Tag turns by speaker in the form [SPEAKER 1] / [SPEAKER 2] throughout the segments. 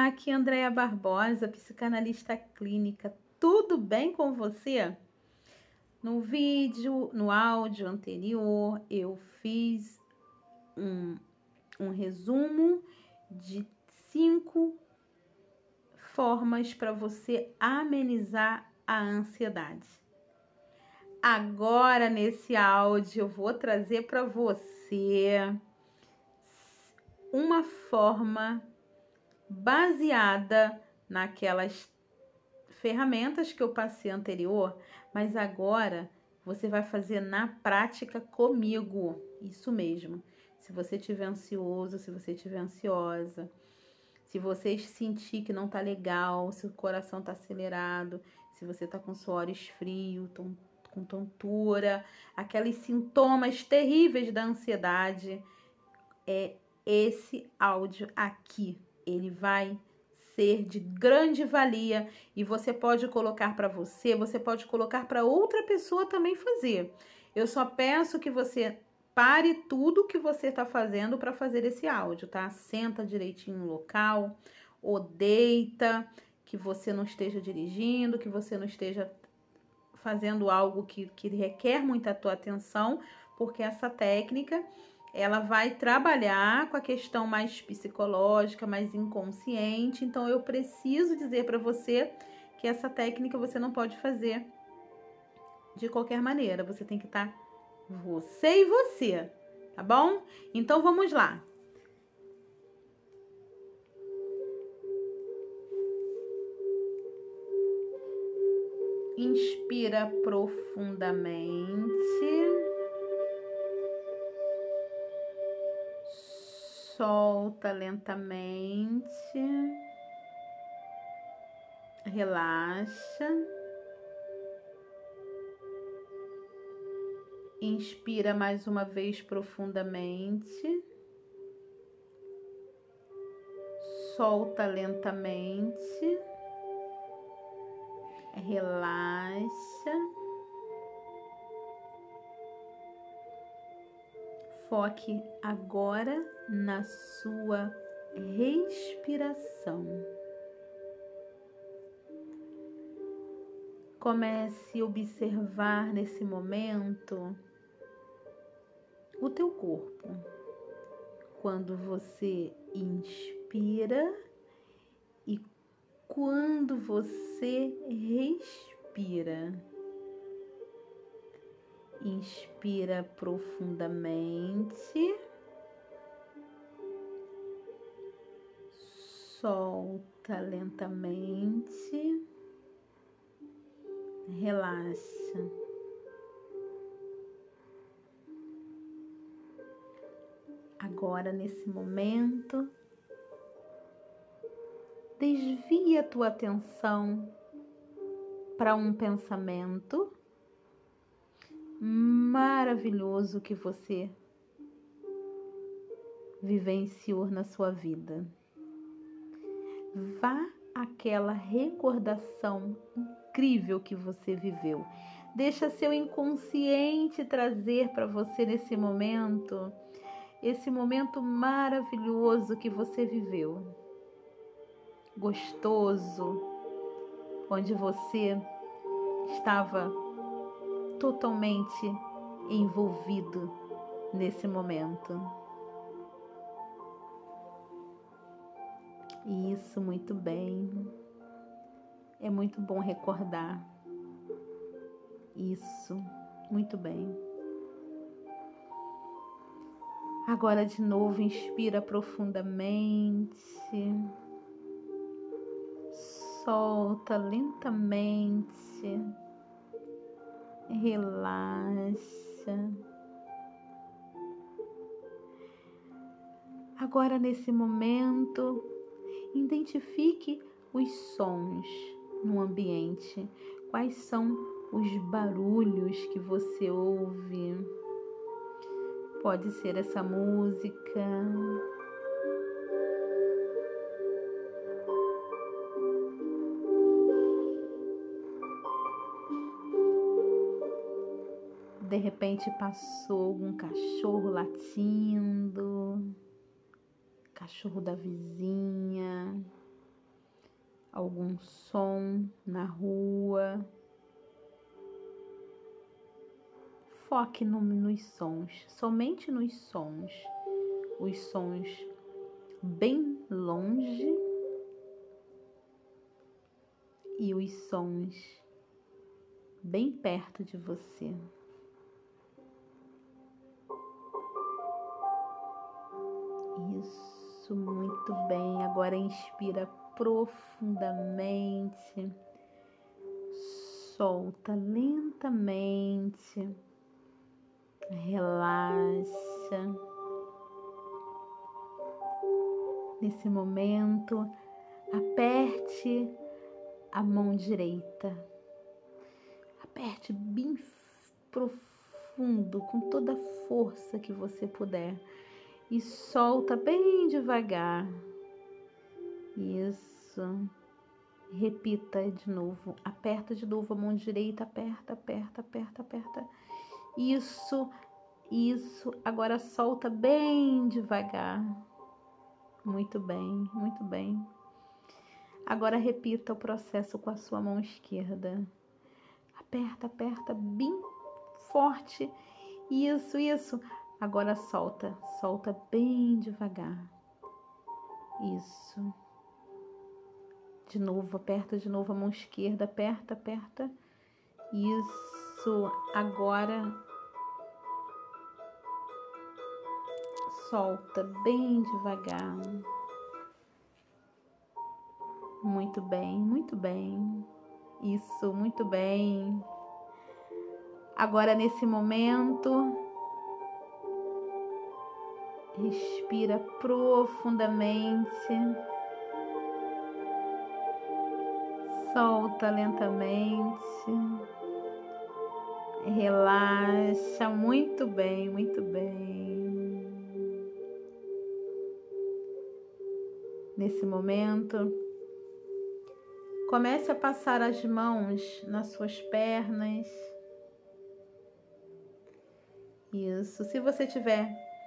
[SPEAKER 1] Olá, aqui é Andréia Barbosa, psicanalista clínica. Tudo bem com você? No áudio anterior, eu fiz um resumo de 5 formas para você amenizar a ansiedade. Agora, nesse áudio, eu vou trazer para você uma forma baseada naquelas ferramentas que eu passei anterior, mas agora você vai fazer na prática comigo. Isso mesmo. Se você estiver ansioso, se você estiver ansiosa, se você sentir que não tá legal, se o coração tá acelerado, se você tá com suores frios, com tontura, aqueles sintomas terríveis da ansiedade, é esse áudio aqui. Ele vai ser de grande valia e você pode colocar para você pode colocar para outra pessoa também fazer. Eu só peço que você pare tudo que você está fazendo para fazer esse áudio, tá? Senta direitinho no local, ou deita, que você não esteja dirigindo, que você não esteja fazendo algo que requer muita tua atenção, porque essa técnica ela vai trabalhar com a questão mais psicológica, mais inconsciente. Então, eu preciso dizer para você que essa técnica você não pode fazer de qualquer maneira. Você tem que estar você e você, tá bom? Então, vamos lá. Inspira profundamente. Solta lentamente, relaxa, inspira mais uma vez profundamente, solta lentamente, relaxa. Foque agora na sua respiração. Comece a observar nesse momento o teu corpo. Quando você inspira e quando você respira. Inspira profundamente, solta lentamente, relaxa. Agora, nesse momento, desvia a tua atenção para um pensamento maravilhoso que você vivenciou na sua vida. Vá àquela recordação incrível que você viveu. Deixa seu inconsciente trazer para você nesse momento, esse momento maravilhoso que você viveu. Gostoso, onde você estava totalmente envolvido nesse momento. Isso, muito bem. É muito bom recordar. Isso, muito bem. Agora de novo, inspira profundamente. Solta lentamente. Relaxa. Agora, nesse momento, identifique os sons no ambiente. Quais são os barulhos que você ouve? Pode ser essa música. De repente passou algum cachorro latindo, cachorro da vizinha. algum som na rua. Foque nos sons, somente nos sons. Os sons bem longe e os sons bem perto de você. Isso, muito bem. Agora inspira profundamente, solta lentamente, relaxa. Nesse momento, aperte a mão direita, aperte bem profundo, com toda a força que você puder, e solta bem devagar. Isso. Repita de novo. Aperta de novo a mão direita. Aperta, aperta, aperta, aperta. Isso, isso. Agora solta bem devagar. Muito bem, muito bem. Agora repita o processo com a sua mão esquerda. Aperta, aperta bem forte. Isso, isso. Agora solta, solta bem devagar. Isso. De novo, aperta de novo a mão esquerda, aperta, aperta. Isso. Agora solta bem devagar. Muito bem, muito bem. Isso, muito bem. Agora nesse momento, respira profundamente. Solta lentamente. Relaxa. Muito bem, muito bem. Nesse momento, comece a passar as mãos nas suas pernas. Isso. Se você tiver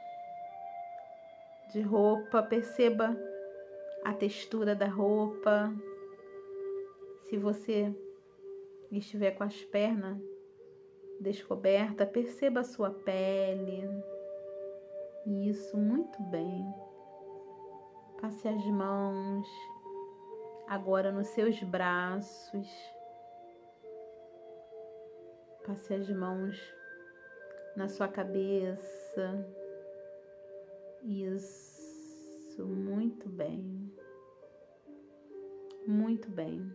[SPEAKER 1] de roupa, perceba a textura da roupa. Se você estiver com as pernas descobertas, perceba a sua pele. Isso, muito bem. Passe as mãos agora nos seus braços. Passe as mãos na sua cabeça. Isso, muito bem. Muito bem.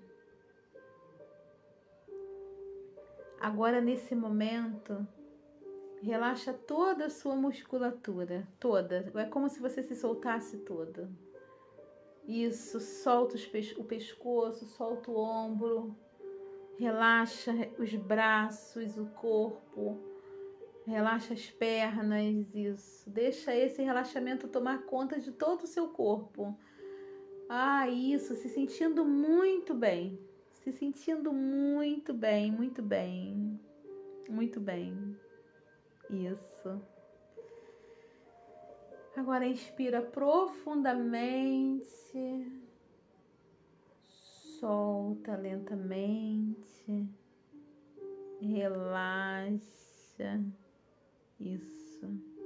[SPEAKER 1] Agora, nesse momento, relaxa toda a sua musculatura, toda. É como se você se soltasse toda. Isso, solta o pescoço, solta o ombro, relaxa os braços, o corpo, relaxa as pernas, isso. Deixa esse relaxamento tomar conta de todo o seu corpo. Isso, se sentindo muito bem. Se sentindo muito bem, muito bem. Muito bem. Isso. Agora inspira profundamente. Solta lentamente. Relaxa. Isso.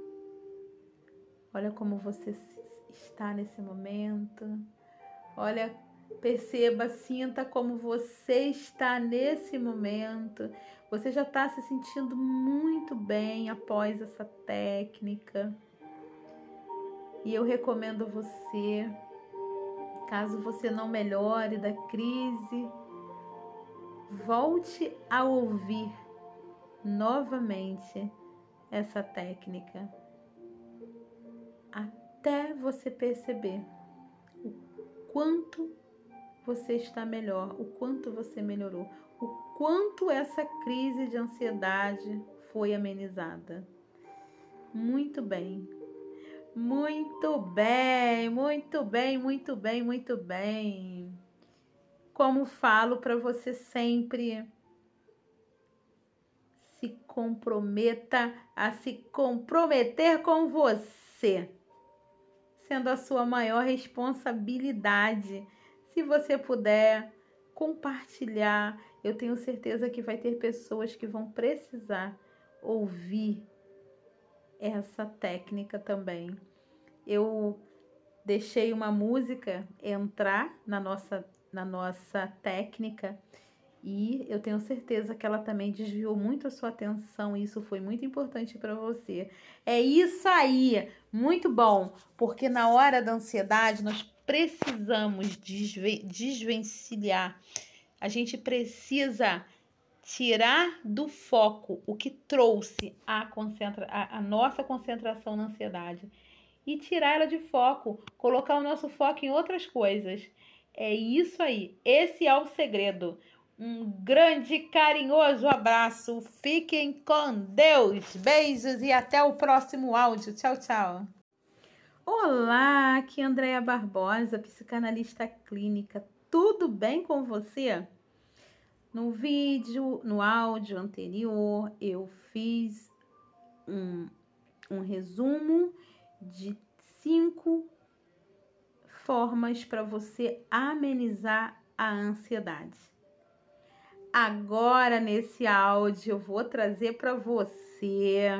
[SPEAKER 1] Olha como você está nesse momento. Olha, perceba, sinta como você está nesse momento. Você já está se sentindo muito bem após essa técnica. E eu recomendo você, caso você não melhore da crise, volte a ouvir novamente essa técnica. Até você perceber o quanto você está melhor, o quanto você melhorou, o quanto essa crise de ansiedade foi amenizada. Muito bem. Muito bem, muito bem, muito bem, muito bem. Como falo para você sempre, se comprometa a se comprometer com você, sendo a sua maior responsabilidade, Se você puder compartilhar, eu tenho certeza que vai ter pessoas que vão precisar ouvir essa técnica também. Eu deixei uma música entrar na nossa técnica e eu tenho certeza que ela também desviou muito a sua atenção e isso foi muito importante para você. É isso aí, muito bom, porque na hora da ansiedade nós precisamos desvencilhar. A gente precisa tirar do foco o que trouxe a nossa concentração na ansiedade e tirar ela de foco, colocar o nosso foco em outras coisas. É isso aí, esse é o segredo. Um grande carinhoso abraço, fiquem com Deus, beijos e até o próximo áudio. Tchau, tchau. Olá, aqui é Andréia Barbosa, psicanalista clínica. Tudo bem com você? No áudio anterior, eu fiz um resumo de 5 formas para você amenizar a ansiedade. Agora, nesse áudio, eu vou trazer para você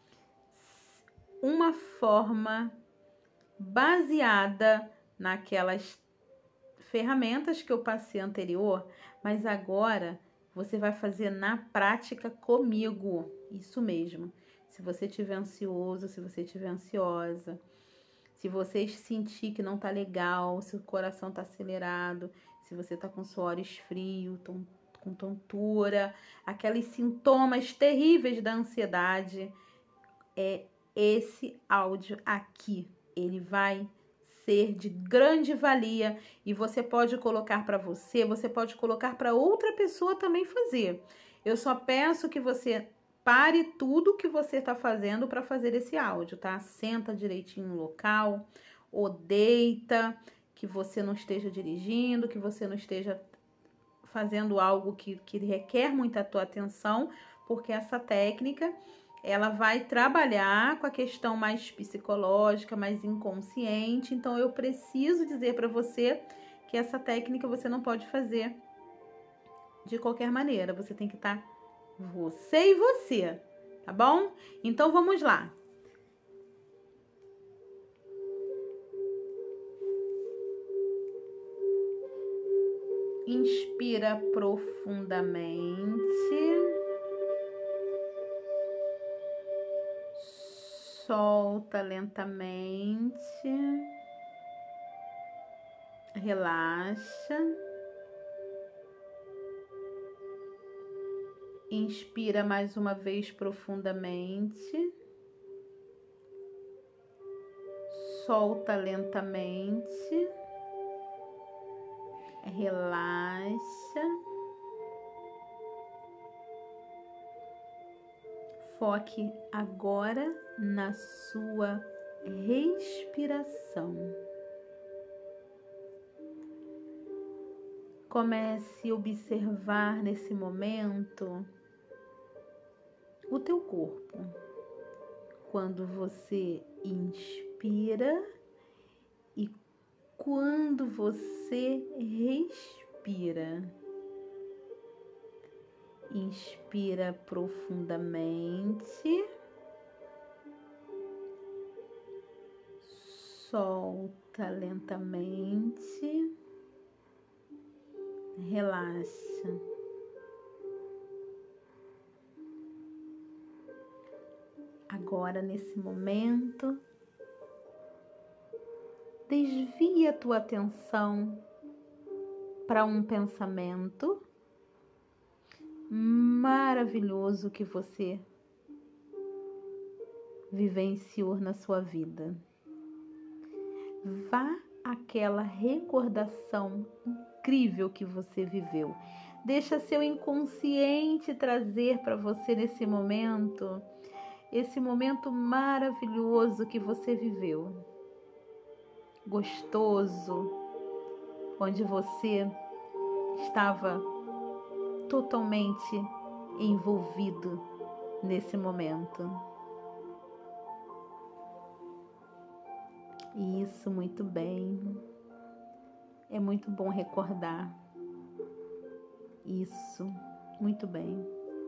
[SPEAKER 1] uma forma baseada naquelas ferramentas que eu passei anterior, mas agora você vai fazer na prática comigo. Isso mesmo. Se você estiver ansioso, se você estiver ansiosa, se você sentir que não tá legal, se o coração tá acelerado, se você tá com suores frios, com tontura, aqueles sintomas terríveis da ansiedade, é esse áudio aqui. Ele vai ser de grande valia e você pode colocar para você pode colocar para outra pessoa também fazer. Eu só peço que você pare tudo que você está fazendo para fazer esse áudio, tá? Senta direitinho no local, ou deita, que você não esteja dirigindo, que você não esteja fazendo algo que requer muita tua atenção, porque essa técnica ela vai trabalhar com a questão mais psicológica, mais inconsciente. Então eu preciso dizer para você que essa técnica você não pode fazer de qualquer maneira. Você tem que estar você e você, tá bom? Então vamos lá. Inspira profundamente. Solta lentamente. Relaxa. Inspira mais uma vez profundamente. Solta lentamente. Relaxa. Foque agora na sua respiração. Comece a observar nesse momento o teu corpo. Quando você inspira e quando você respira. Inspira profundamente. Solta lentamente. Relaxa. Agora, nesse momento, desvia a tua atenção para um pensamento maravilhoso que você vivenciou na sua vida. Vá àquela recordação incrível que você viveu. Deixa seu inconsciente trazer para você nesse momento, esse momento maravilhoso que você viveu. Gostoso, onde você estava totalmente envolvido nesse momento. Isso, muito bem. É muito bom recordar. Isso, muito bem.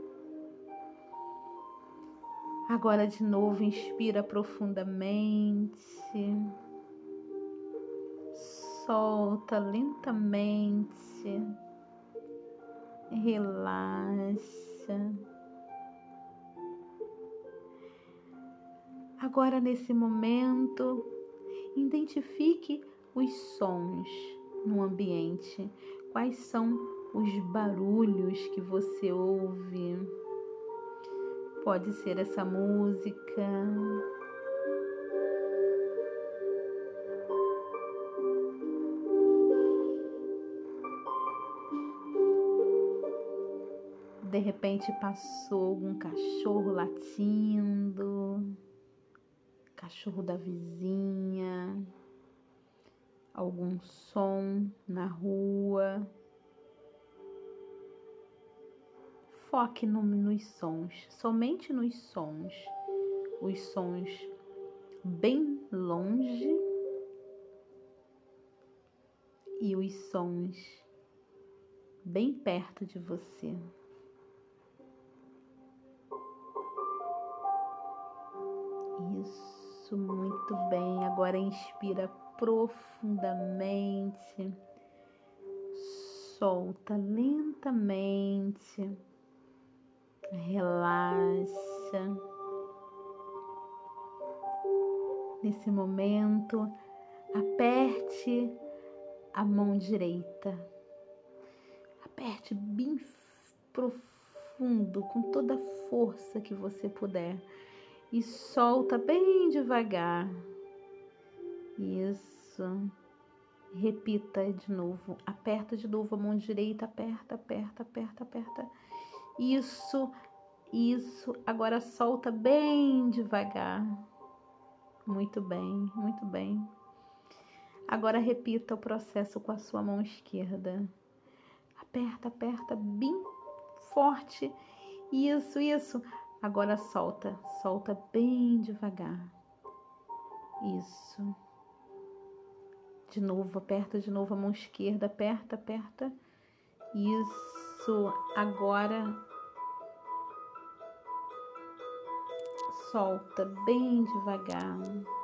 [SPEAKER 1] Agora de novo, inspira profundamente. Solta lentamente. Relaxa. Agora nesse momento, identifique os sons no ambiente. Quais são os barulhos que você ouve? Pode ser essa música. De repente passou algum cachorro latindo, cachorro da vizinha, algum som na rua. Foque nos sons, somente nos sons. Os sons bem longe e os sons bem perto de você. Isso, muito bem. Agora inspira profundamente, solta lentamente, relaxa. Nesse momento, aperte a mão direita, aperte bem profundo, com toda a força que você puder. E solta bem devagar. Isso. Repita de novo. Aperta de novo a mão direita. Aperta, aperta, aperta, aperta. Isso, isso. Agora solta bem devagar. Muito bem, muito bem. Agora repita o processo com a sua mão esquerda. Aperta, aperta bem forte. Isso, isso. Agora solta, solta bem devagar. Isso. De novo, aperta de novo a mão esquerda, aperta, aperta. Isso. Agora solta bem devagar.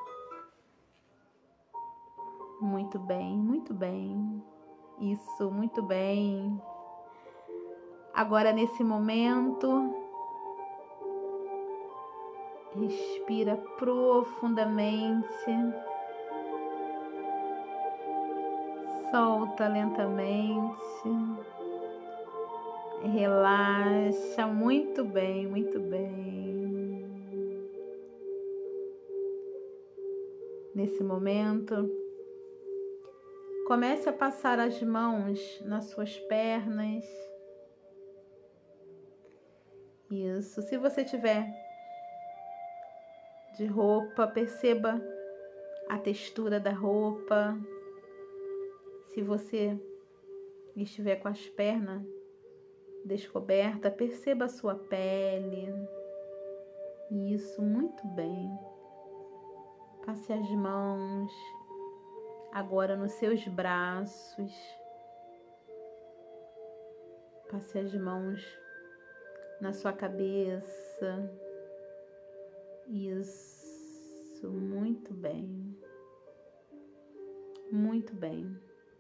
[SPEAKER 1] Muito bem, muito bem. Isso, muito bem. Agora nesse momento, respira profundamente, solta lentamente, relaxa, muito bem, muito bem. Nesse momento, comece a passar as mãos nas suas pernas. Isso, se você tiver de roupa, perceba a textura da roupa. Se você estiver com as pernas descobertas, perceba a sua pele. Isso, muito bem. Passe as mãos agora nos seus braços. Passe as mãos na sua cabeça. Isso, muito bem. Muito bem.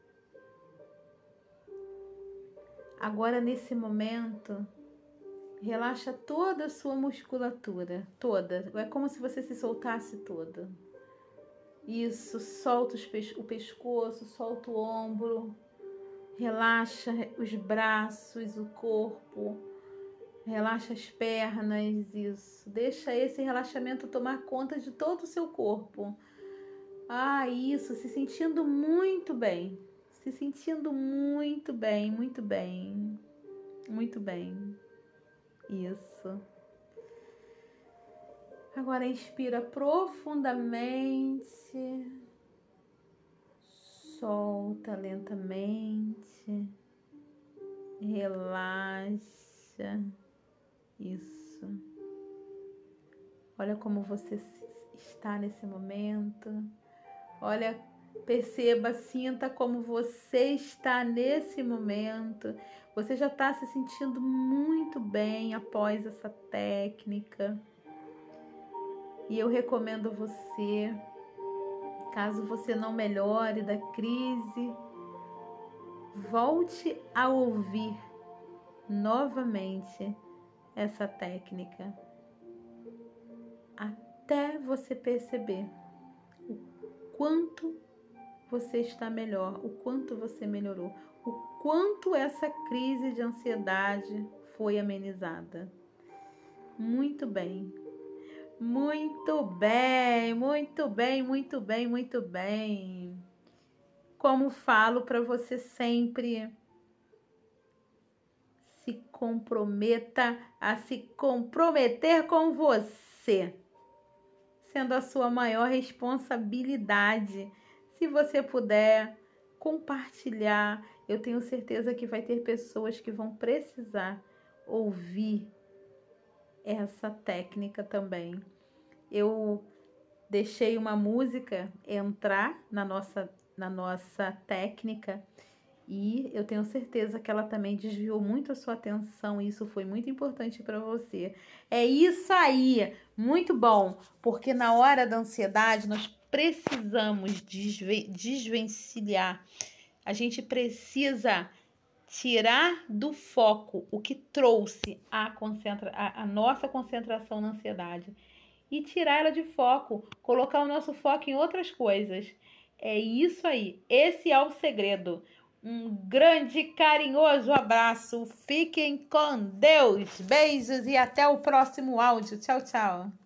[SPEAKER 1] Agora, nesse momento, relaxa toda a sua musculatura, toda. É como se você se soltasse toda. Isso, solta o pescoço, solta o ombro, relaxa os braços, o corpo, relaxa as pernas, isso. Deixa esse relaxamento tomar conta de todo o seu corpo. Isso, se sentindo muito bem. Se sentindo muito bem, muito bem. Muito bem. Isso. Agora inspira profundamente. Solta lentamente. Relaxa. Isso. Olha como você está nesse momento. Olha Perceba, sinta como você está nesse momento. Você já está se sentindo muito bem após essa técnica. E eu recomendo a você, caso você não melhore da crise, volte a ouvir novamente essa técnica, até você perceber o quanto você está melhor, o quanto você melhorou, o quanto essa crise de ansiedade foi amenizada. Muito bem. Muito bem, muito bem, muito bem, muito bem. Como falo para você sempre, se comprometa a se comprometer com você, sendo a sua maior responsabilidade. Se você puder compartilhar, eu tenho certeza que vai ter pessoas que vão precisar ouvir essa técnica também. Eu deixei uma música entrar na nossa técnica e eu tenho certeza que ela também desviou muito a sua atenção e isso foi muito importante para você. É isso aí, muito bom, porque na hora da ansiedade nós precisamos desvencilhar, a gente precisa tirar do foco o que trouxe a nossa concentração na ansiedade e tirar ela de foco, colocar o nosso foco em outras coisas. É isso aí, esse é o segredo. Um grande carinhoso abraço, fiquem com Deus, beijos e até o próximo áudio. Tchau, tchau.